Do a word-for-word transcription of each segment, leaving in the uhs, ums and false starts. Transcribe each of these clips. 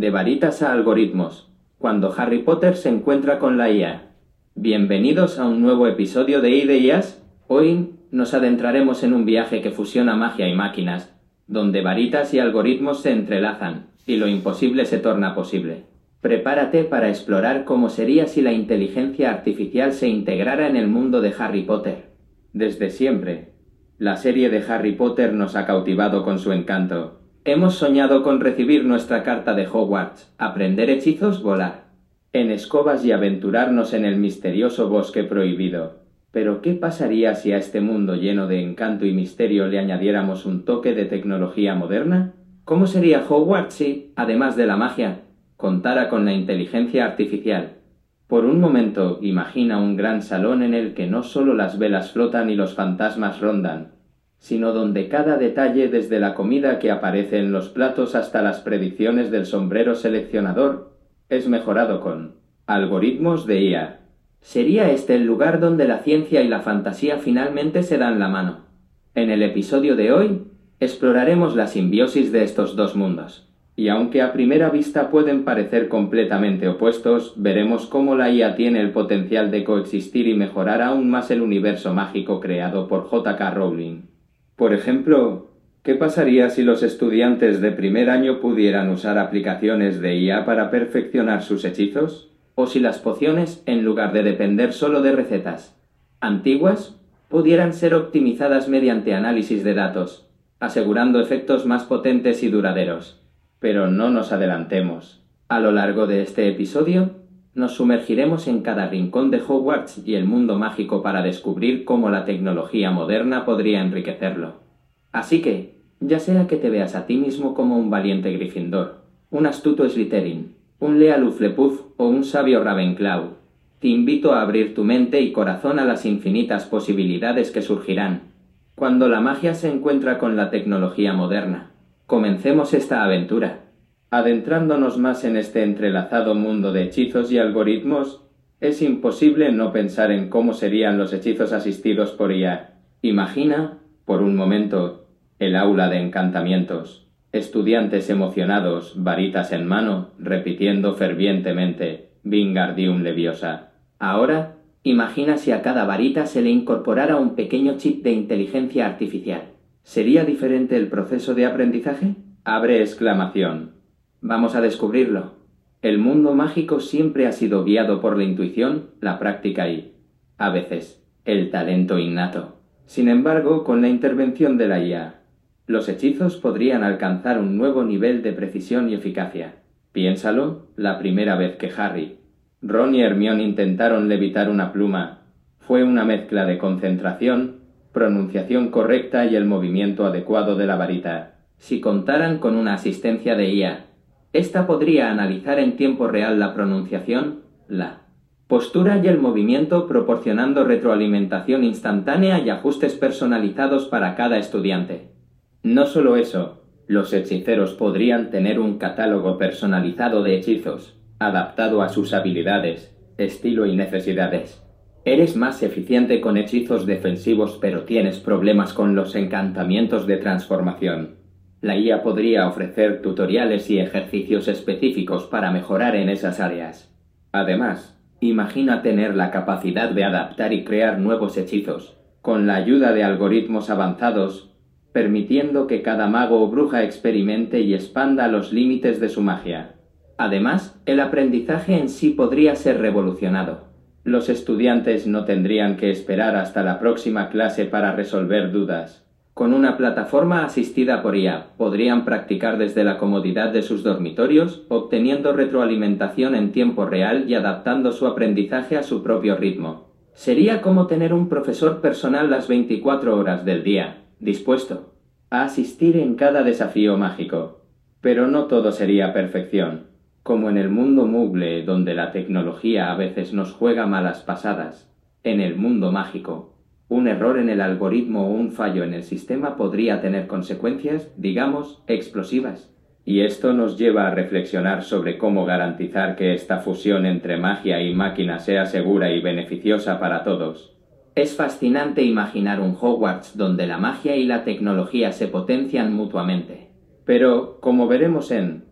De varitas a algoritmos, cuando Harry Potter se encuentra con la I A. Bienvenidos a un nuevo episodio de Ideas. Hoy nos adentraremos en un viaje que fusiona magia y máquinas, donde varitas y algoritmos se entrelazan, y lo imposible se torna posible. Prepárate para explorar cómo sería si la inteligencia artificial se integrara en el mundo de Harry Potter. Desde siempre, la serie de Harry Potter nos ha cautivado con su encanto. Hemos soñado con recibir nuestra carta de Hogwarts, aprender hechizos, volar en escobas y aventurarnos en el misterioso bosque prohibido. Pero ¿qué pasaría si a este mundo lleno de encanto y misterio le añadiéramos un toque de tecnología moderna? ¿Cómo sería Hogwarts si, además de la magia, contara con la inteligencia artificial? Por un momento, imagina un gran salón en el que no solo las velas flotan y los fantasmas rondan, sino donde cada detalle, desde la comida que aparece en los platos hasta las predicciones del sombrero seleccionador, es mejorado con algoritmos de I A. ¿Sería este el lugar donde la ciencia y la fantasía finalmente se dan la mano? En el episodio de hoy, exploraremos la simbiosis de estos dos mundos. Y aunque a primera vista pueden parecer completamente opuestos, veremos cómo la I A tiene el potencial de coexistir y mejorar aún más el universo mágico creado por J K Rowling. Por ejemplo, ¿qué pasaría si los estudiantes de primer año pudieran usar aplicaciones de I A para perfeccionar sus hechizos? ¿O si las pociones, en lugar de depender solo de recetas antiguas, pudieran ser optimizadas mediante análisis de datos, asegurando efectos más potentes y duraderos? Pero no nos adelantemos. A lo largo de este episodio, nos sumergiremos en cada rincón de Hogwarts y el mundo mágico para descubrir cómo la tecnología moderna podría enriquecerlo. Así que, ya sea que te veas a ti mismo como un valiente Gryffindor, un astuto Slytherin, un leal Hufflepuff o un sabio Ravenclaw, te invito a abrir tu mente y corazón a las infinitas posibilidades que surgirán cuando la magia se encuentra con la tecnología moderna. Comencemos esta aventura. Adentrándonos más en este entrelazado mundo de hechizos y algoritmos, es imposible no pensar en cómo serían los hechizos asistidos por I A. Imagina, por un momento, el aula de encantamientos. Estudiantes emocionados, varitas en mano, repitiendo fervientemente Wingardium Leviosa. Ahora, imagina si a cada varita se le incorporara un pequeño chip de inteligencia artificial. ¿Sería diferente el proceso de aprendizaje? Abre exclamación. Vamos a descubrirlo. El mundo mágico siempre ha sido guiado por la intuición, la práctica y, a veces, el talento innato. Sin embargo, con la intervención de la I A, los hechizos podrían alcanzar un nuevo nivel de precisión y eficacia. Piénsalo, la primera vez que Harry, Ron y Hermione intentaron levitar una pluma, fue una mezcla de concentración, pronunciación correcta y el movimiento adecuado de la varita. Si contaran con una asistencia de I A, esta podría analizar en tiempo real la pronunciación, la postura y el movimiento, proporcionando retroalimentación instantánea y ajustes personalizados para cada estudiante. No solo eso, los hechiceros podrían tener un catálogo personalizado de hechizos, adaptado a sus habilidades, estilo y necesidades. Eres más eficiente con hechizos defensivos pero tienes problemas con los encantamientos de transformación. La I A podría ofrecer tutoriales y ejercicios específicos para mejorar en esas áreas. Además, imagina tener la capacidad de adaptar y crear nuevos hechizos, con la ayuda de algoritmos avanzados, permitiendo que cada mago o bruja experimente y expanda los límites de su magia. Además, el aprendizaje en sí podría ser revolucionado. Los estudiantes no tendrían que esperar hasta la próxima clase para resolver dudas. Con una plataforma asistida por I A, podrían practicar desde la comodidad de sus dormitorios, obteniendo retroalimentación en tiempo real y adaptando su aprendizaje a su propio ritmo. Sería como tener un profesor personal las veinticuatro horas del día, dispuesto a asistir en cada desafío mágico. Pero no todo sería perfección. Como en el mundo Muggle, donde la tecnología a veces nos juega malas pasadas, en el mundo mágico, un error en el algoritmo o un fallo en el sistema podría tener consecuencias, digamos, explosivas. Y esto nos lleva a reflexionar sobre cómo garantizar que esta fusión entre magia y máquina sea segura y beneficiosa para todos. Es fascinante imaginar un Hogwarts donde la magia y la tecnología se potencian mutuamente. Pero, como veremos en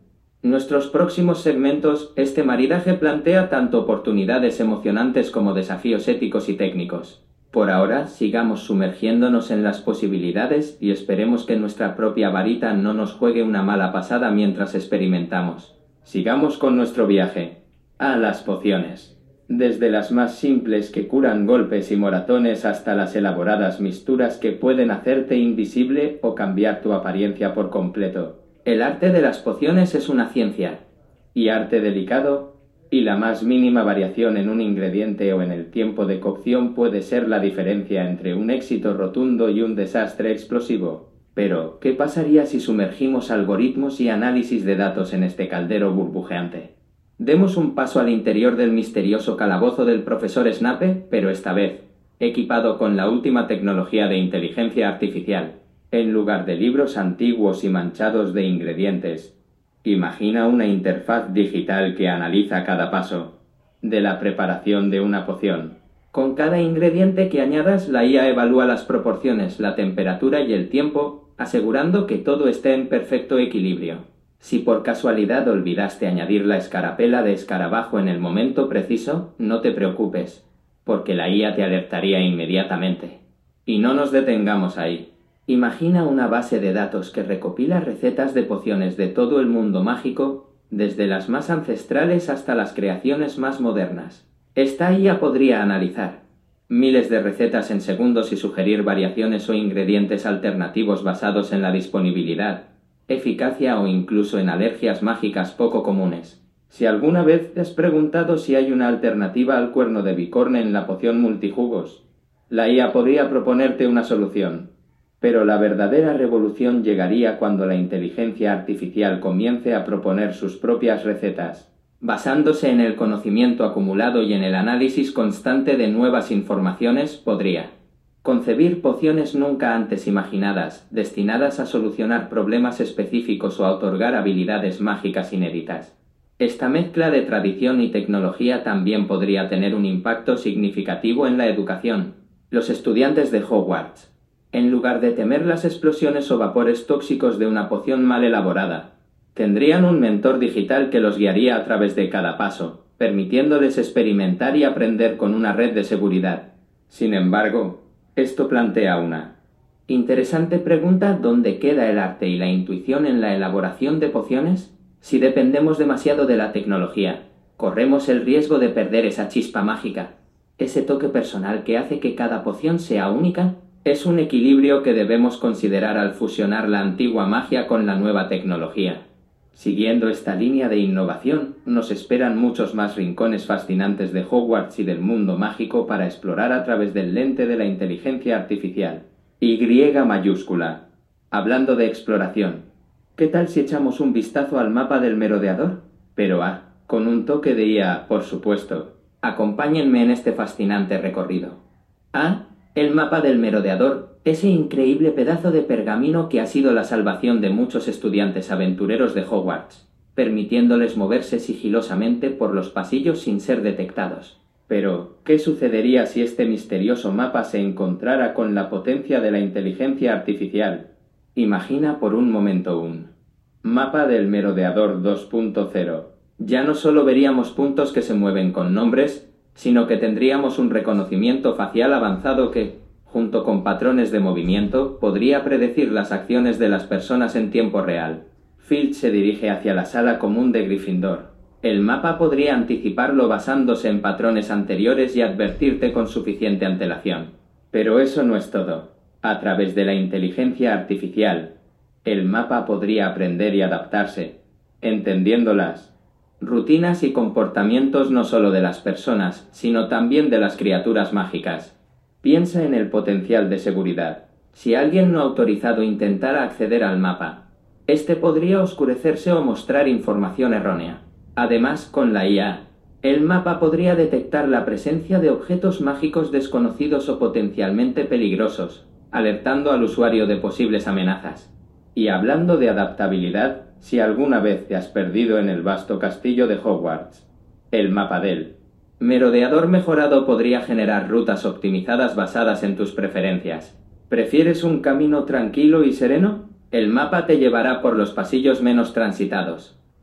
Nuestros próximos segmentos, este maridaje plantea tanto oportunidades emocionantes como desafíos éticos y técnicos. Por ahora, sigamos sumergiéndonos en las posibilidades y esperemos que nuestra propia varita no nos juegue una mala pasada mientras experimentamos. Sigamos con nuestro viaje a las pociones. Desde las más simples que curan golpes y moratones hasta las elaboradas misturas que pueden hacerte invisible o cambiar tu apariencia por completo. El arte de las pociones es una ciencia, y arte delicado, y la más mínima variación en un ingrediente o en el tiempo de cocción puede ser la diferencia entre un éxito rotundo y un desastre explosivo. Pero, ¿qué pasaría si sumergimos algoritmos y análisis de datos en este caldero burbujeante? Demos un paso al interior del misterioso calabozo del profesor Snape, pero esta vez, equipado con la última tecnología de inteligencia artificial. En lugar de libros antiguos y manchados de ingredientes, imagina una interfaz digital que analiza cada paso de la preparación de una poción. Con cada ingrediente que añadas, la I A evalúa las proporciones, la temperatura y el tiempo, asegurando que todo esté en perfecto equilibrio. Si por casualidad olvidaste añadir la escarapela de escarabajo en el momento preciso, no te preocupes, porque la I A te alertaría inmediatamente. Y no nos detengamos ahí. Imagina una base de datos que recopila recetas de pociones de todo el mundo mágico, desde las más ancestrales hasta las creaciones más modernas. Esta I A podría analizar miles de recetas en segundos y sugerir variaciones o ingredientes alternativos basados en la disponibilidad, eficacia o incluso en alergias mágicas poco comunes. Si alguna vez te has preguntado si hay una alternativa al cuerno de bicorne en la poción multijugos, la I A podría proponerte una solución. Pero la verdadera revolución llegaría cuando la inteligencia artificial comience a proponer sus propias recetas, basándose en el conocimiento acumulado y en el análisis constante de nuevas informaciones. Podría concebir pociones nunca antes imaginadas, destinadas a solucionar problemas específicos o a otorgar habilidades mágicas inéditas. Esta mezcla de tradición y tecnología también podría tener un impacto significativo en la educación. Los estudiantes de Hogwarts, en lugar de temer las explosiones o vapores tóxicos de una poción mal elaborada, tendrían un mentor digital que los guiaría a través de cada paso, permitiéndoles experimentar y aprender con una red de seguridad. Sin embargo, esto plantea una interesante pregunta: ¿dónde queda el arte y la intuición en la elaboración de pociones? Si dependemos demasiado de la tecnología, corremos el riesgo de perder esa chispa mágica, ese toque personal que hace que cada poción sea única. Es un equilibrio que debemos considerar al fusionar la antigua magia con la nueva tecnología. Siguiendo esta línea de innovación, nos esperan muchos más rincones fascinantes de Hogwarts y del mundo mágico para explorar a través del lente de la inteligencia artificial. Y mayúscula. Hablando de exploración, ¿qué tal si echamos un vistazo al mapa del merodeador? Pero ah, con un toque de I A, por supuesto. Acompáñenme en este fascinante recorrido. Ah, el mapa del merodeador, ese increíble pedazo de pergamino que ha sido la salvación de muchos estudiantes aventureros de Hogwarts, permitiéndoles moverse sigilosamente por los pasillos sin ser detectados. Pero, ¿qué sucedería si este misterioso mapa se encontrara con la potencia de la inteligencia artificial? Imagina por un momento un mapa del merodeador dos punto cero. Ya no solo veríamos puntos que se mueven con nombres, sino que tendríamos un reconocimiento facial avanzado que, junto con patrones de movimiento, podría predecir las acciones de las personas en tiempo real. Filch se dirige hacia la sala común de Gryffindor. El mapa podría anticiparlo basándose en patrones anteriores y advertirte con suficiente antelación. Pero eso no es todo. A través de la inteligencia artificial, el mapa podría aprender y adaptarse, entendiéndolas rutinas y comportamientos no solo de las personas, sino también de las criaturas mágicas. Piensa en el potencial de seguridad. Si alguien no autorizado intentara acceder al mapa, este podría oscurecerse o mostrar información errónea. Además, con la I A, el mapa podría detectar la presencia de objetos mágicos desconocidos o potencialmente peligrosos, alertando al usuario de posibles amenazas. Y hablando de adaptabilidad, si alguna vez te has perdido en el vasto castillo de Hogwarts, el mapa del merodeador mejorado podría generar rutas optimizadas basadas en tus preferencias. ¿Prefieres un camino tranquilo y sereno? El mapa te llevará por los pasillos menos transitados,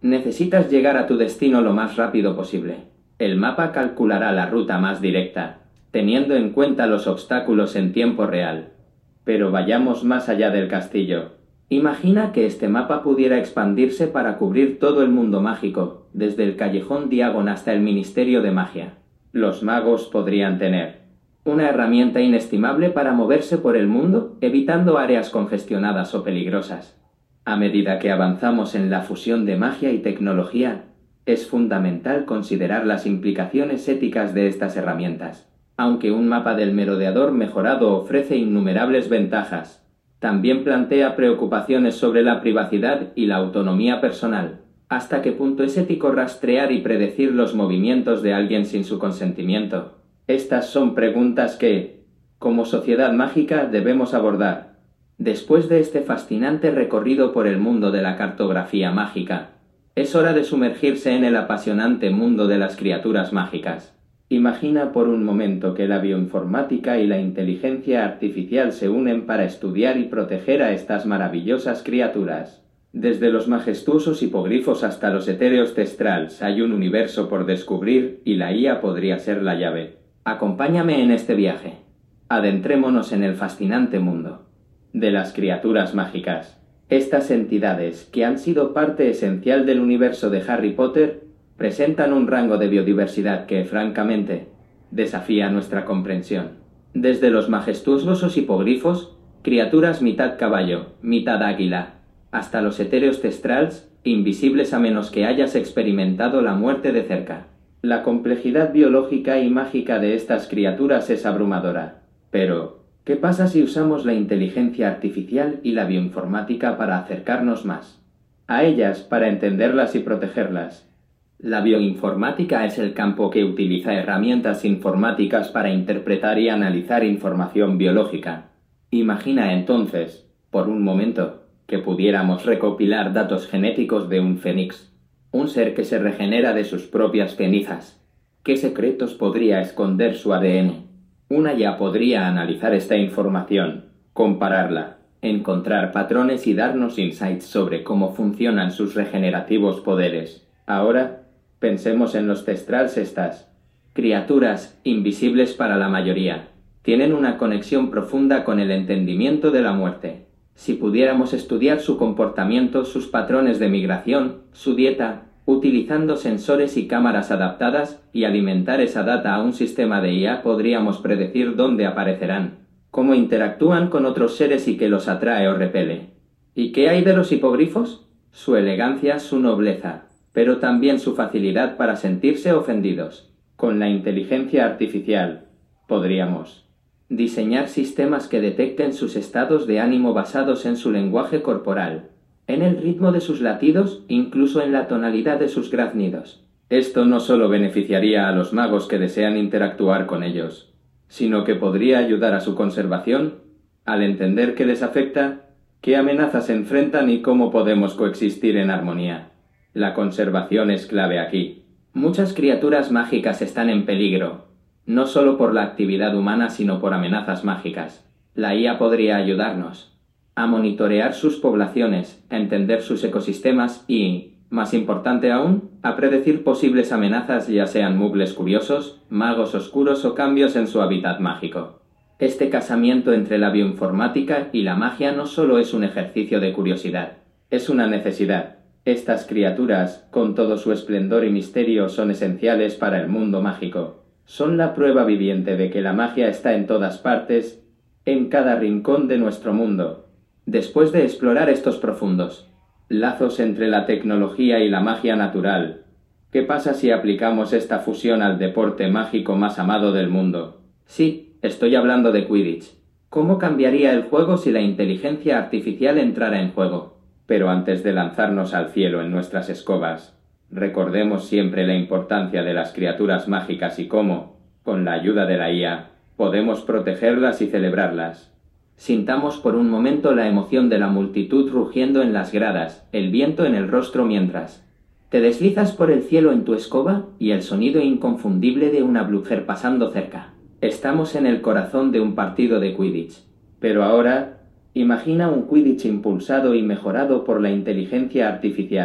Necesitas llegar a tu destino lo más rápido posible. El mapa calculará la ruta más directa, teniendo en cuenta los obstáculos en tiempo real. Pero vayamos más allá del castillo. Imagina que este mapa pudiera expandirse para cubrir todo el mundo mágico, desde el callejón Diagon hasta el Ministerio de Magia. Los magos podrían tener una herramienta inestimable para moverse por el mundo, evitando áreas congestionadas o peligrosas. A medida que avanzamos en la fusión de magia y tecnología, es fundamental considerar las implicaciones éticas de estas herramientas. Aunque un mapa del merodeador mejorado ofrece innumerables ventajas, también plantea preocupaciones sobre la privacidad y la autonomía personal. ¿Hasta qué punto es ético rastrear y predecir los movimientos de alguien sin su consentimiento? Estas son preguntas que, como sociedad mágica, debemos abordar. Después de este fascinante recorrido por el mundo de la cartografía mágica, es hora de sumergirse en el apasionante mundo de las criaturas mágicas. Imagina por un momento que la bioinformática y la inteligencia artificial se unen para estudiar y proteger a estas maravillosas criaturas. Desde los majestuosos hipogrifos hasta los etéreos testrals hay un universo por descubrir y la I A podría ser la llave. Acompáñame en este viaje. Adentrémonos en el fascinante mundo de las criaturas mágicas. Estas entidades, que han sido parte esencial del universo de Harry Potter, presentan un rango de biodiversidad que, francamente, desafía nuestra comprensión. Desde los majestuosos hipogrifos, criaturas mitad caballo, mitad águila, hasta los etéreos testrals, invisibles a menos que hayas experimentado la muerte de cerca. La complejidad biológica y mágica de estas criaturas es abrumadora. Pero, ¿qué pasa si usamos la inteligencia artificial y la bioinformática para acercarnos más a ellas, para entenderlas y protegerlas? La bioinformática es el campo que utiliza herramientas informáticas para interpretar y analizar información biológica. Imagina entonces, por un momento, que pudiéramos recopilar datos genéticos de un fénix, un ser que se regenera de sus propias cenizas. ¿Qué secretos podría esconder su A D N? Una I A podría analizar esta información, compararla, encontrar patrones y darnos insights sobre cómo funcionan sus regenerativos poderes. Ahora, pensemos en los testrals. Estas criaturas, invisibles para la mayoría, tienen una conexión profunda con el entendimiento de la muerte. Si pudiéramos estudiar su comportamiento, sus patrones de migración, su dieta, utilizando sensores y cámaras adaptadas, y alimentar esa data a un sistema de I A, podríamos predecir dónde aparecerán, cómo interactúan con otros seres y qué los atrae o repele. ¿Y qué hay de los hipogrifos? Su elegancia, su nobleza, pero también su facilidad para sentirse ofendidos. Con la inteligencia artificial, podríamos diseñar sistemas que detecten sus estados de ánimo basados en su lenguaje corporal, en el ritmo de sus latidos, incluso en la tonalidad de sus graznidos. Esto no solo beneficiaría a los magos que desean interactuar con ellos, sino que podría ayudar a su conservación, al entender qué les afecta, qué amenazas enfrentan y cómo podemos coexistir en armonía. La conservación es clave aquí. Muchas criaturas mágicas están en peligro, no solo por la actividad humana sino por amenazas mágicas. La I A podría ayudarnos a monitorear sus poblaciones, a entender sus ecosistemas y, más importante aún, a predecir posibles amenazas, ya sean muggles curiosos, magos oscuros o cambios en su hábitat mágico. Este casamiento entre la bioinformática y la magia no solo es un ejercicio de curiosidad, es una necesidad. Estas criaturas, con todo su esplendor y misterio, son esenciales para el mundo mágico. Son la prueba viviente de que la magia está en todas partes, en cada rincón de nuestro mundo. Después de explorar estos profundos lazos entre la tecnología y la magia natural, ¿qué pasa si aplicamos esta fusión al deporte mágico más amado del mundo? Sí, estoy hablando de Quidditch. ¿Cómo cambiaría el juego si la inteligencia artificial entrara en juego? Pero antes de lanzarnos al cielo en nuestras escobas, recordemos siempre la importancia de las criaturas mágicas y cómo, con la ayuda de la I A, podemos protegerlas y celebrarlas. Sintamos por un momento la emoción de la multitud rugiendo en las gradas, el viento en el rostro mientras te deslizas por el cielo en tu escoba y el sonido inconfundible de una blooper pasando cerca. Estamos en el corazón de un partido de Quidditch. Pero ahora, imagina un Quidditch impulsado y mejorado por la inteligencia artificial.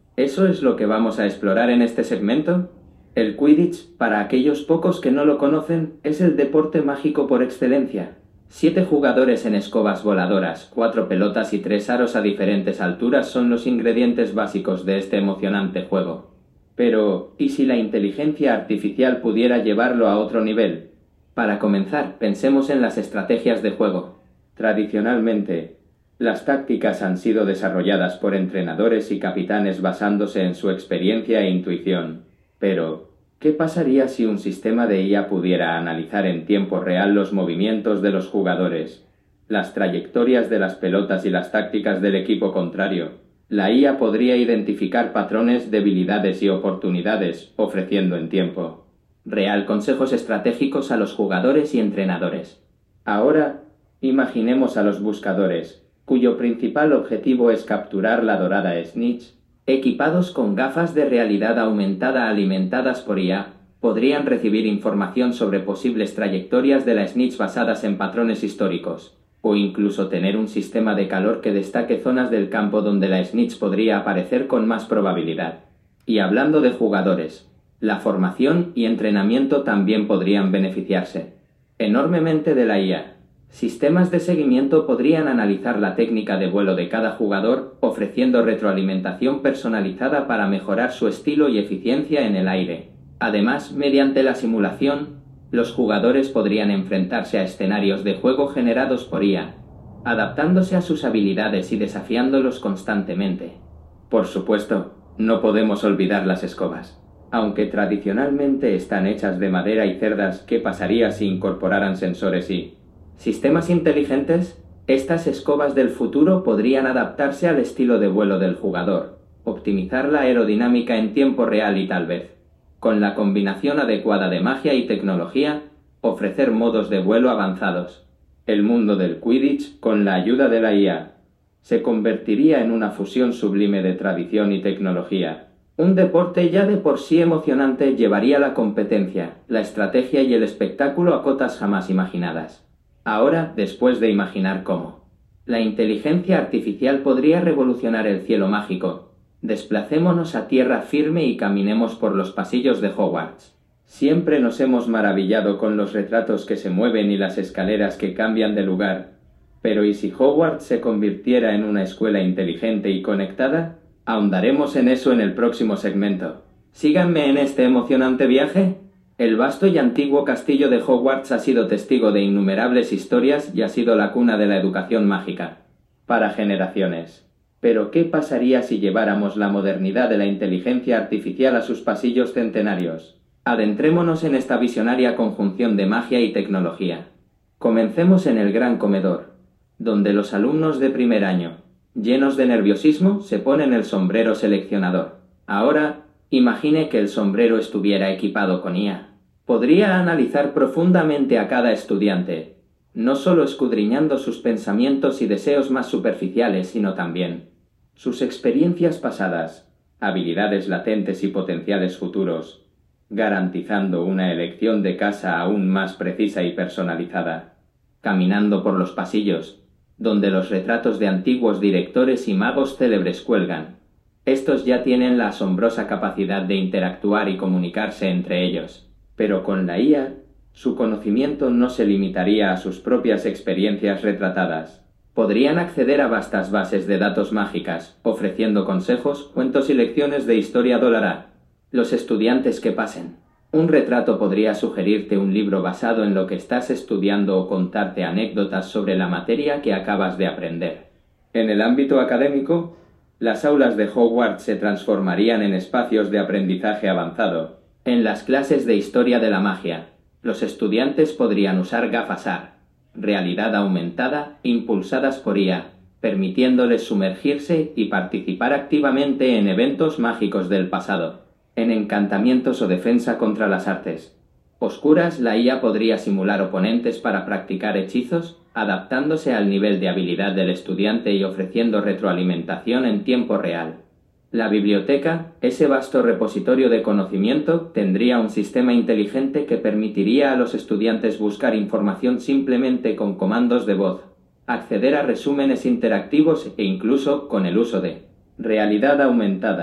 ¿Eso es lo que vamos a explorar en este segmento? El Quidditch, para aquellos pocos que no lo conocen, es el deporte mágico por excelencia. Siete jugadores en escobas voladoras, cuatro pelotas y tres aros a diferentes alturas son los ingredientes básicos de este emocionante juego. Pero, ¿y si la inteligencia artificial pudiera llevarlo a otro nivel? Para comenzar, pensemos en las estrategias de juego. Tradicionalmente, las tácticas han sido desarrolladas por entrenadores y capitanes basándose en su experiencia e intuición. Pero, ¿qué pasaría si un sistema de I A pudiera analizar en tiempo real los movimientos de los jugadores, las trayectorias de las pelotas y las tácticas del equipo contrario? La I A podría identificar patrones, debilidades y oportunidades, ofreciendo en tiempo real consejos estratégicos a los jugadores y entrenadores. Ahora, imaginemos a los buscadores, cuyo principal objetivo es capturar la dorada Snitch. Equipados con gafas de realidad aumentada alimentadas por I A, podrían recibir información sobre posibles trayectorias de la Snitch basadas en patrones históricos, o incluso tener un sistema de calor que destaque zonas del campo donde la Snitch podría aparecer con más probabilidad. Y hablando de jugadores, la formación y entrenamiento también podrían beneficiarse enormemente de la I A. Sistemas de seguimiento podrían analizar la técnica de vuelo de cada jugador, ofreciendo retroalimentación personalizada para mejorar su estilo y eficiencia en el aire. Además, mediante la simulación, los jugadores podrían enfrentarse a escenarios de juego generados por I A, adaptándose a sus habilidades y desafiándolos constantemente. Por supuesto, no podemos olvidar las escobas. Aunque tradicionalmente están hechas de madera y cerdas, ¿qué pasaría si incorporaran sensores y sistemas inteligentes? Estas escobas del futuro podrían adaptarse al estilo de vuelo del jugador, optimizar la aerodinámica en tiempo real y tal vez, con la combinación adecuada de magia y tecnología, ofrecer modos de vuelo avanzados. El mundo del Quidditch, con la ayuda de la I A, se convertiría en una fusión sublime de tradición y tecnología. Un deporte ya de por sí emocionante llevaría la competencia, la estrategia y el espectáculo a cotas jamás imaginadas. Ahora, después de imaginar cómo la inteligencia artificial podría revolucionar el cielo mágico, desplacémonos a tierra firme y caminemos por los pasillos de Hogwarts. Siempre nos hemos maravillado con los retratos que se mueven y las escaleras que cambian de lugar. Pero ¿y si Hogwarts se convirtiera en una escuela inteligente y conectada? Ahondaremos en eso en el próximo segmento. Síganme en este emocionante viaje. El vasto y antiguo castillo de Hogwarts ha sido testigo de innumerables historias y ha sido la cuna de la educación mágica para generaciones. Pero ¿qué pasaría si lleváramos la modernidad de la inteligencia artificial a sus pasillos centenarios? Adentrémonos en esta visionaria conjunción de magia y tecnología. Comencemos en el gran comedor, donde los alumnos de primer año, llenos de nerviosismo, se ponen el sombrero seleccionador. Ahora, imagine que el sombrero estuviera equipado con I A. Podría analizar profundamente a cada estudiante, no solo escudriñando sus pensamientos y deseos más superficiales, sino también sus experiencias pasadas, habilidades latentes y potenciales futuros, garantizando una elección de casa aún más precisa y personalizada. Caminando por los pasillos, donde los retratos de antiguos directores y magos célebres cuelgan, estos ya tienen la asombrosa capacidad de interactuar y comunicarse entre ellos. Pero con la I A, su conocimiento no se limitaría a sus propias experiencias retratadas. Podrían acceder a vastas bases de datos mágicas, ofreciendo consejos, cuentos y lecciones de historia dólara. Los estudiantes que pasen. Un retrato podría sugerirte un libro basado en lo que estás estudiando o contarte anécdotas sobre la materia que acabas de aprender. En el ámbito académico, las aulas de Hogwarts se transformarían en espacios de aprendizaje avanzado. En las clases de historia de la magia, los estudiantes podrían usar gafas A R, realidad aumentada, impulsadas por I A, permitiéndoles sumergirse y participar activamente en eventos mágicos del pasado. En encantamientos o defensa contra las artes oscuras, la I A podría simular oponentes para practicar hechizos, adaptándose al nivel de habilidad del estudiante y ofreciendo retroalimentación en tiempo real. La biblioteca, ese vasto repositorio de conocimiento, tendría un sistema inteligente que permitiría a los estudiantes buscar información simplemente con comandos de voz, acceder a resúmenes interactivos e incluso con el uso de realidad aumentada.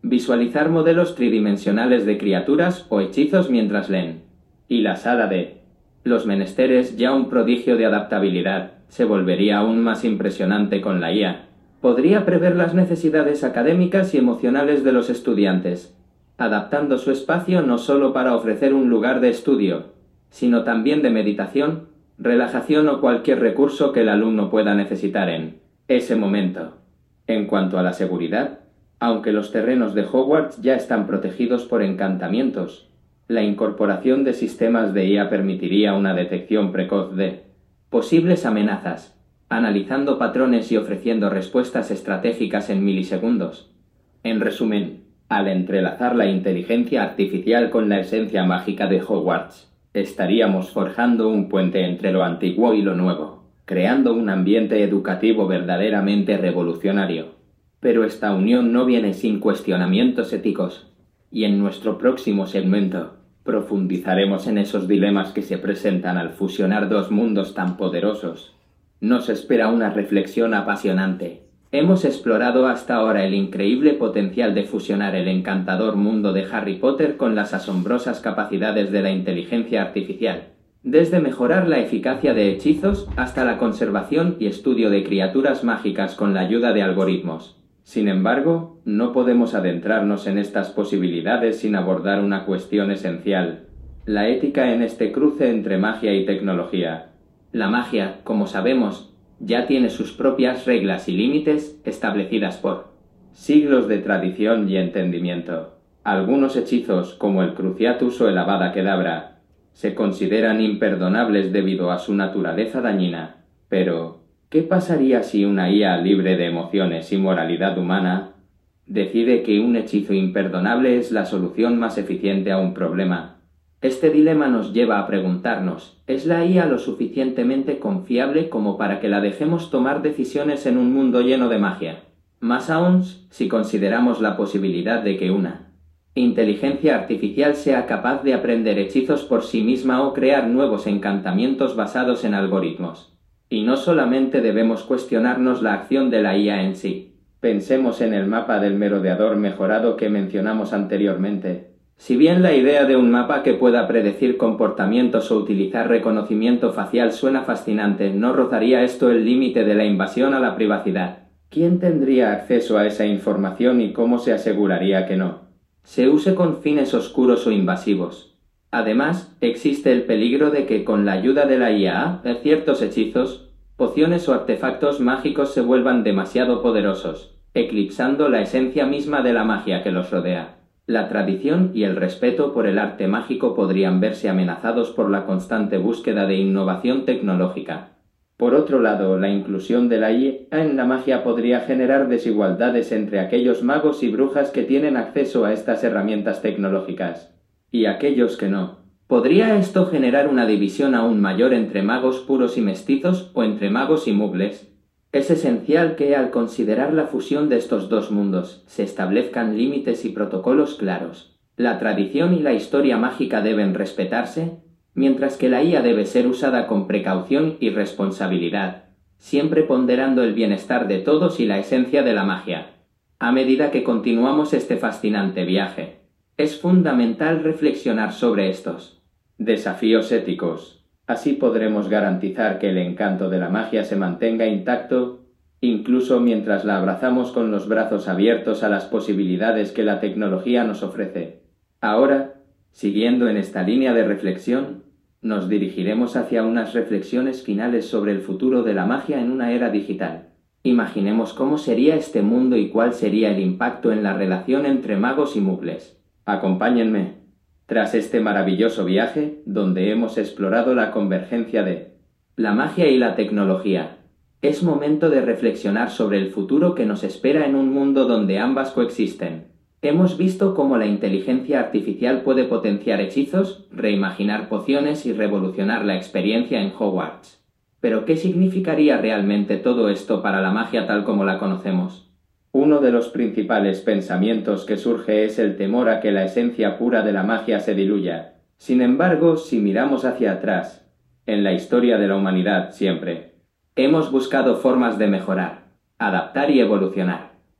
visualizar modelos tridimensionales de criaturas o hechizos mientras leen. Y la sala de los menesteres, ya un prodigio de adaptabilidad, se volvería aún más impresionante con la I A. Podría prever las necesidades académicas y emocionales de los estudiantes, adaptando su espacio no solo para ofrecer un lugar de estudio, sino también de meditación, relajación o cualquier recurso que el alumno pueda necesitar en ese momento. En cuanto a la seguridad, aunque los terrenos de Hogwarts ya están protegidos por encantamientos, la incorporación de sistemas de I A permitiría una detección precoz de posibles amenazas, analizando patrones y ofreciendo respuestas estratégicas en milisegundos. En resumen, al entrelazar la inteligencia artificial con la esencia mágica de Hogwarts, estaríamos forjando un puente entre lo antiguo y lo nuevo, creando un ambiente educativo verdaderamente revolucionario. Pero esta unión no viene sin cuestionamientos éticos, y en nuestro próximo segmento profundizaremos en esos dilemas que se presentan al fusionar dos mundos tan poderosos. Nos espera una reflexión apasionante. Hemos explorado hasta ahora el increíble potencial de fusionar el encantador mundo de Harry Potter con las asombrosas capacidades de la inteligencia artificial, desde mejorar la eficacia de hechizos hasta la conservación y estudio de criaturas mágicas con la ayuda de algoritmos. Sin embargo, no podemos adentrarnos en estas posibilidades sin abordar una cuestión esencial: la ética en este cruce entre magia y tecnología. La magia, como sabemos, ya tiene sus propias reglas y límites establecidas por siglos de tradición y entendimiento. Algunos hechizos, como el Cruciatus o el Avada Kedavra, se consideran imperdonables debido a su naturaleza dañina. Pero ¿qué pasaría si una I A libre de emociones y moralidad humana decide que un hechizo imperdonable es la solución más eficiente a un problema? Este dilema nos lleva a preguntarnos: ¿es la I A lo suficientemente confiable como para que la dejemos tomar decisiones en un mundo lleno de magia? Más aún, si consideramos la posibilidad de que una inteligencia artificial sea capaz de aprender hechizos por sí misma o crear nuevos encantamientos basados en algoritmos. Y no solamente debemos cuestionarnos la acción de la I A en sí. Pensemos en el mapa del merodeador mejorado que mencionamos anteriormente. Si bien la idea de un mapa que pueda predecir comportamientos o utilizar reconocimiento facial suena fascinante, ¿no rozaría esto el límite de la invasión a la privacidad? ¿Quién tendría acceso a esa información y cómo se aseguraría que no se use con fines oscuros o invasivos? Además, existe el peligro de que con la ayuda de la I A, ciertos hechizos, pociones o artefactos mágicos se vuelvan demasiado poderosos, eclipsando la esencia misma de la magia que los rodea. La tradición y el respeto por el arte mágico podrían verse amenazados por la constante búsqueda de innovación tecnológica. Por otro lado, la inclusión de la I A en la magia podría generar desigualdades entre aquellos magos y brujas que tienen acceso a estas herramientas tecnológicas y aquellos que no. ¿Podría esto generar una división aún mayor entre magos puros y mestizos o entre magos y mugles? Es esencial que, al considerar la fusión de estos dos mundos, se establezcan límites y protocolos claros. La tradición y la historia mágica deben respetarse, mientras que la I A debe ser usada con precaución y responsabilidad, siempre ponderando el bienestar de todos y la esencia de la magia. A medida que continuamos este fascinante viaje, es fundamental reflexionar sobre estos desafíos éticos. Así podremos garantizar que el encanto de la magia se mantenga intacto, incluso mientras la abrazamos con los brazos abiertos a las posibilidades que la tecnología nos ofrece. Ahora, siguiendo en esta línea de reflexión, nos dirigiremos hacia unas reflexiones finales sobre el futuro de la magia en una era digital. Imaginemos cómo sería este mundo y cuál sería el impacto en la relación entre magos y mugles. Acompáñenme. Tras este maravilloso viaje, donde hemos explorado la convergencia de la magia y la tecnología, es momento de reflexionar sobre el futuro que nos espera en un mundo donde ambas coexisten. Hemos visto cómo la inteligencia artificial puede potenciar hechizos, reimaginar pociones y revolucionar la experiencia en Hogwarts. Pero ¿qué significaría realmente todo esto para la magia tal como la conocemos? Uno de los principales pensamientos que surge es el temor a que la esencia pura de la magia se diluya. Sin embargo, si miramos hacia atrás, en la historia de la humanidad siempre hemos buscado formas de mejorar, adaptar y evolucionar.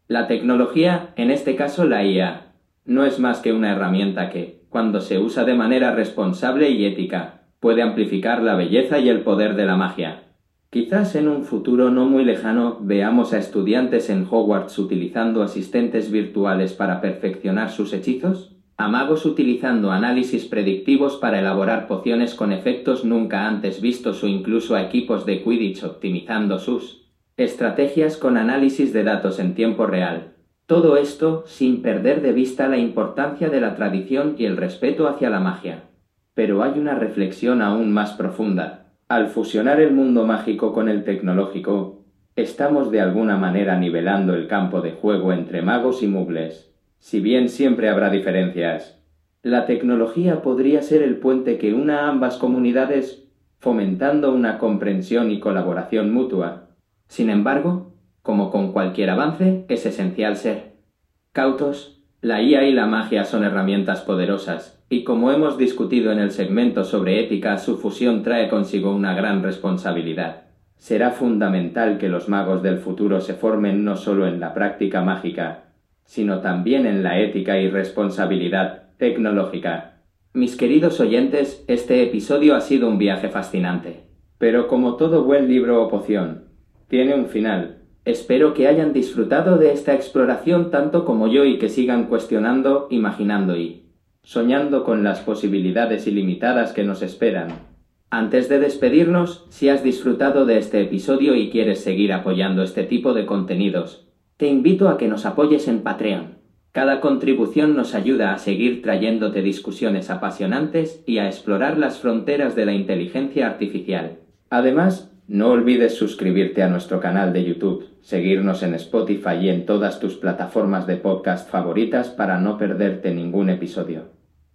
La tecnología, en este caso la I A, no es más que una herramienta que, cuando se usa de manera responsable y ética, puede amplificar la belleza y el poder de la magia. Quizás en un futuro no muy lejano veamos a estudiantes en Hogwarts utilizando asistentes virtuales para perfeccionar sus hechizos, a magos utilizando análisis predictivos para elaborar pociones con efectos nunca antes vistos o incluso a equipos de Quidditch optimizando sus estrategias con análisis de datos en tiempo real. Todo esto sin perder de vista la importancia de la tradición y el respeto hacia la magia. Pero hay una reflexión aún más profunda. Al fusionar el mundo mágico con el tecnológico, estamos de alguna manera nivelando el campo de juego entre magos y muggles. Si bien siempre habrá diferencias, la tecnología podría ser el puente que una a ambas comunidades, fomentando una comprensión y colaboración mutua. Sin embargo, como con cualquier avance, es esencial ser cautos. La I A y la magia son herramientas poderosas, y como hemos discutido en el segmento sobre ética, su fusión trae consigo una gran responsabilidad. Será fundamental que los magos del futuro se formen no solo en la práctica mágica, sino también en la ética y responsabilidad tecnológica. Mis queridos oyentes, este episodio ha sido un viaje fascinante. Pero como todo buen libro o poción, tiene un final. Espero que hayan disfrutado de esta exploración tanto como yo y que sigan cuestionando, imaginando y soñando con las posibilidades ilimitadas que nos esperan. Antes de despedirnos, si has disfrutado de este episodio y quieres seguir apoyando este tipo de contenidos, te invito a que nos apoyes en Patreon. Cada contribución nos ayuda a seguir trayéndote discusiones apasionantes y a explorar las fronteras de la inteligencia artificial. Además, no olvides suscribirte a nuestro canal de YouTube, seguirnos en Spotify y en todas tus plataformas de podcast favoritas para no perderte ningún episodio.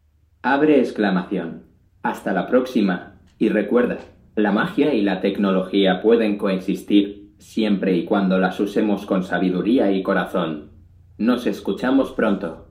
Abre exclamación. Hasta la próxima. Y recuerda, la magia y la tecnología pueden coexistir siempre y cuando las usemos con sabiduría y corazón. Nos escuchamos pronto.